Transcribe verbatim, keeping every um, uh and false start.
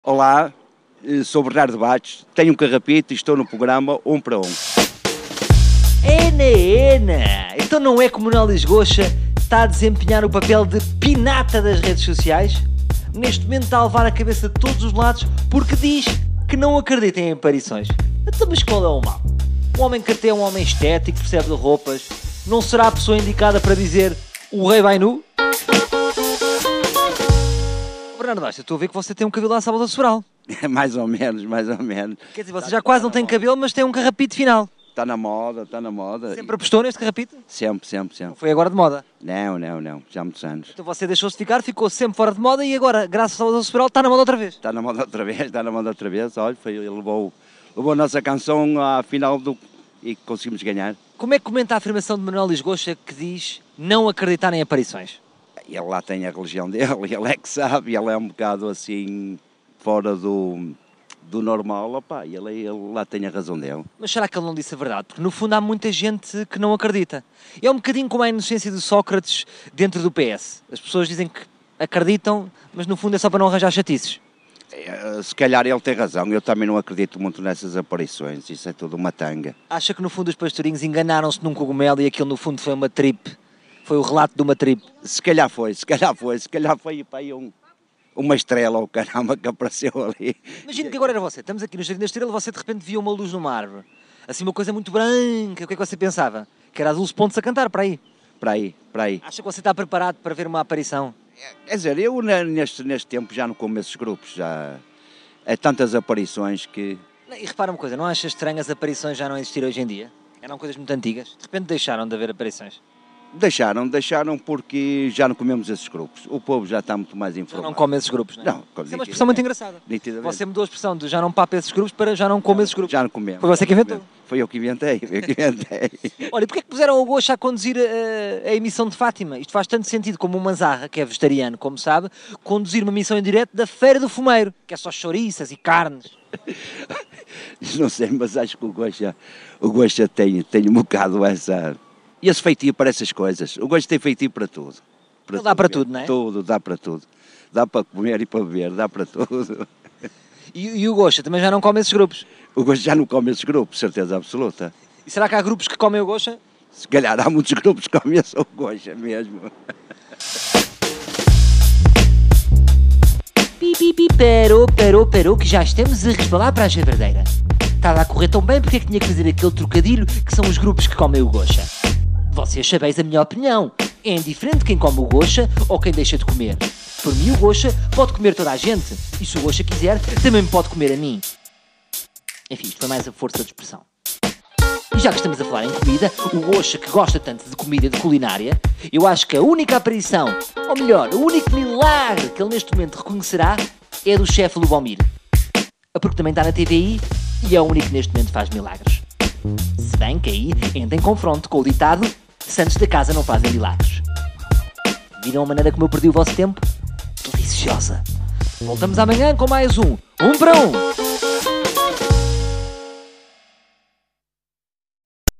Olá, sou Bernardo Bastos, tenho um carrapito e estou no programa Um para Um. Ena, ena! Então não é que o Manuel Lisgocha está a desempenhar o papel de pinata das redes sociais? Neste momento está a levar a cabeça de todos os lados porque diz que não acredita em aparições. Então, mas qual é o mal? Um homem que até é um homem estético, percebe de roupas, não será a pessoa indicada para dizer o rei vai nu? Bernardo Bastos, eu estou a ver que você tem um cabelo à Salvador Sobral. Mais ou menos, mais ou menos. Quer dizer, você já quase não tem cabelo, mas tem um carrapito final. Está na moda, está na moda. Sempre apostou neste carrapito? Sempre, sempre, sempre. Não foi agora de moda? Não, não, não, já há muitos anos. Então você deixou-se ficar, ficou sempre fora de moda e agora, graças ao Salvador Sobral, está na moda outra vez. Está na moda outra vez, está na moda outra vez. Olha, foi, ele levou, levou a nossa canção à final do... e conseguimos ganhar. Como é que comenta a afirmação de Manuel Lisgocha que diz não acreditar em aparições? Ele lá tem a religião dele, ele é que sabe, ele é um bocado assim, fora do, do normal, opá, ele, ele lá tem a razão dele. Mas será que ele não disse a verdade? Porque no fundo há muita gente que não acredita. É um bocadinho como a inocência de Sócrates dentro do P S. As pessoas dizem que acreditam, mas no fundo é só para não arranjar chatices. É, se calhar ele tem razão, eu também não acredito muito nessas aparições, isso é tudo uma tanga. Acha que no fundo os pastorinhos enganaram-se num cogumelo e aquilo no fundo foi uma trip? Foi o relato de uma trip? Se calhar foi, se calhar foi, se calhar foi para aí um, uma estrela ou caramba que apareceu ali. Imagina que agora era você, estamos aqui no Jardim da Estrela e você de repente viu uma luz numa árvore. Assim uma coisa muito branca, o que é que você pensava? Que era a Dulce Pontes a cantar, para aí? Para aí, para aí. Acha que você está preparado para ver uma aparição? Quer dizer, eu neste, neste tempo já não como esses grupos, já é tantas aparições que... E repara uma coisa, não acha estranho as aparições já não existir hoje em dia? Eram coisas muito antigas, de repente deixaram de haver aparições. Deixaram, deixaram porque já não comemos esses grupos. O povo já está muito mais informado. Já não come esses grupos, não é? Não, isso é uma expressão muito engraçada. Nitidamente. Você mudou a expressão de já não papa esses grupos para já não come esses grupos. Já não comemos. Foi você que inventou. Foi eu que inventei, foi eu que inventei. Olha, e porquê é que puseram o Gocha a conduzir a, a emissão de Fátima? Isto faz tanto sentido como o Manzarra, que é vegetariano, como sabe, conduzir uma emissão em direto da Feira do Fumeiro, que é só chouriças e carnes. Não sei, mas acho que o Gocha, o Gocha tem, tem um bocado essa... E esse feitio para essas coisas. O Gocha tem feitio para tudo. Para tudo, dá para tudo, não é? Tudo, dá para tudo. Dá para comer e para beber, dá para tudo. E, e o Gocha também já não come esses grupos? O Gocha já não come esses grupos, certeza absoluta. E será que há grupos que comem o Gocha? Se calhar há muitos grupos que comem o Gocha mesmo. Pi, pi, pi, parou, parou, parou, que já estamos a resvalar para a javardeira. Estava a correr tão bem, porque é que tinha que fazer aquele trocadilho que são os grupos que comem o Gocha? Vocês sabeis a minha opinião. É indiferente quem come o Gocha ou quem deixa de comer. Por mim o Gocha pode comer toda a gente. E se o Gocha quiser, também me pode comer a mim. Enfim, isto foi mais a força de expressão. E já que estamos a falar em comida, o Gocha que gosta tanto de comida e de culinária, eu acho que a única aparição, ou melhor, o único milagre que ele neste momento reconhecerá é do chefe Lubomir. Porque também está na T V I e é o único que neste momento faz milagres. Se bem que aí entra em confronto com o ditado santos da casa não fazem milagres. Viram a maneira como eu perdi o vosso tempo? Deliciosa. Voltamos amanhã com mais um Um para Um.